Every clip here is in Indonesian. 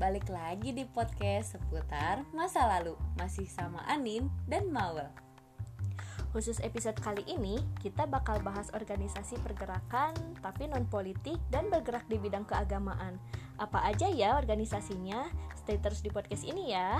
balik lagi di podcast seputar masa lalu. Masih sama Anin dan Mawel. Khusus episode kali ini, kita bakal bahas organisasi pergerakan tapi non-politik dan bergerak di bidang keagamaan. Apa aja ya organisasinya? Stay terus di podcast ini ya.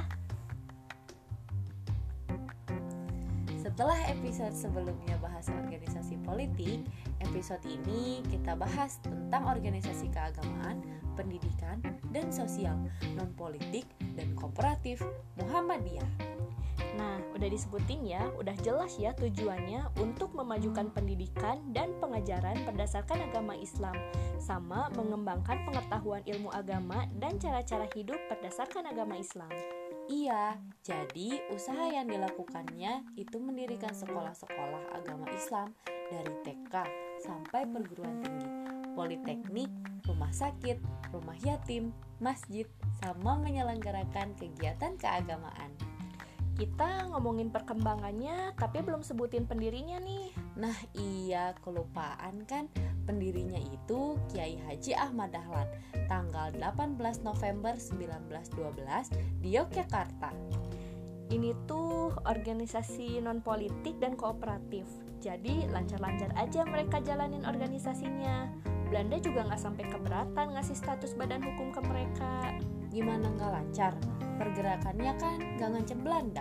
Setelah episode sebelumnya bahas organisasi politik, episode ini kita bahas tentang organisasi keagamaan, pendidikan, dan sosial, non-politik, dan kooperatif Muhammadiyah. Nah, udah disebutin ya, udah jelas ya tujuannya untuk memajukan pendidikan dan pengajaran berdasarkan agama Islam, sama mengembangkan pengetahuan ilmu agama dan cara-cara hidup berdasarkan agama Islam. Iya, jadi usaha yang dilakukannya itu mendirikan sekolah-sekolah agama Islam dari TK sampai perguruan tinggi, politeknik, rumah sakit, rumah yatim, masjid, sama menyelenggarakan kegiatan keagamaan. Kita ngomongin perkembangannya, tapi belum sebutin pendirinya nih. Nah iya, kelupaan kan, pendirinya itu Kiai Haji Ahmad Dahlan, tanggal 18 November 1912 di Yogyakarta. Ini tuh organisasi non-politik dan kooperatif, jadi lancar-lancar aja mereka jalanin organisasinya. Belanda juga gak sampai keberatan ngasih status badan hukum ke mereka. Gimana gak lancar? Pergerakannya kan gak ngancem Belanda.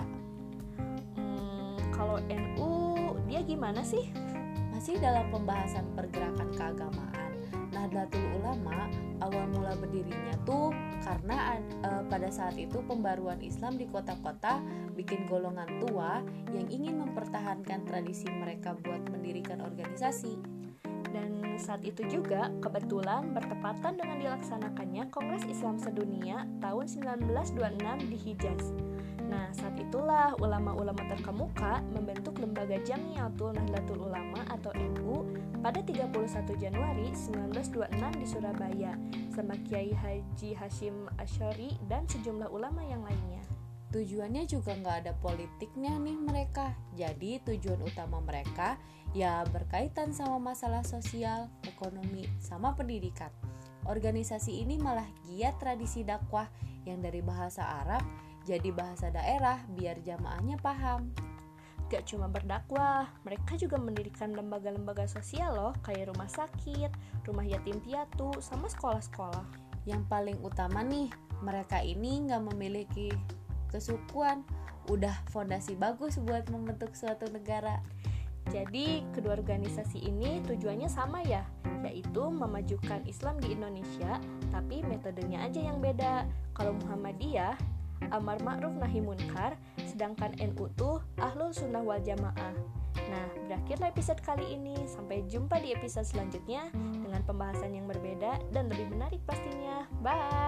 Kalau NU, dia gimana sih? Masih dalam pembahasan pergerakan keagamaan. Nahdlatul Ulama awal mula berdirinya tuh karena pada saat itu pembaruan Islam di kota-kota bikin golongan tua yang ingin mempertahankan tradisi mereka buat mendirikan organisasi. Dan saat itu juga kebetulan bertepatan dengan dilaksanakannya Kongres Islam Sedunia tahun 1926 di Hijaz. Nah, saat itulah ulama-ulama terkemuka membentuk lembaga Jamiatul Nahdlatul Ulama atau NU pada 31 Januari 1926 di Surabaya sama Kiai Haji Hashim Asy'ari dan sejumlah ulama yang lainnya. Tujuannya juga nggak ada politiknya nih mereka. Jadi tujuan utama mereka ya berkaitan sama masalah sosial, ekonomi, sama pendidikan. Organisasi ini malah giat tradisi dakwah yang dari bahasa Arab jadi bahasa daerah biar jamaahnya paham. Gak cuma berdakwah, mereka juga mendirikan lembaga-lembaga sosial loh, kayak rumah sakit, rumah yatim piatu, sama sekolah-sekolah. Yang paling utama nih, mereka ini gak memiliki kesukuan, udah fondasi bagus buat membentuk suatu negara. Jadi kedua organisasi ini tujuannya sama ya, yaitu memajukan Islam di Indonesia, tapi metodenya aja yang beda. Kalau Muhammadiyah, amar ma'ruf nahi munkar, sedangkan NU tuh ahlul sunnah wal jamaah. Nah, berakhirlah episode kali ini. Sampai jumpa di episode selanjutnya dengan pembahasan yang berbeda dan lebih menarik pastinya. Bye!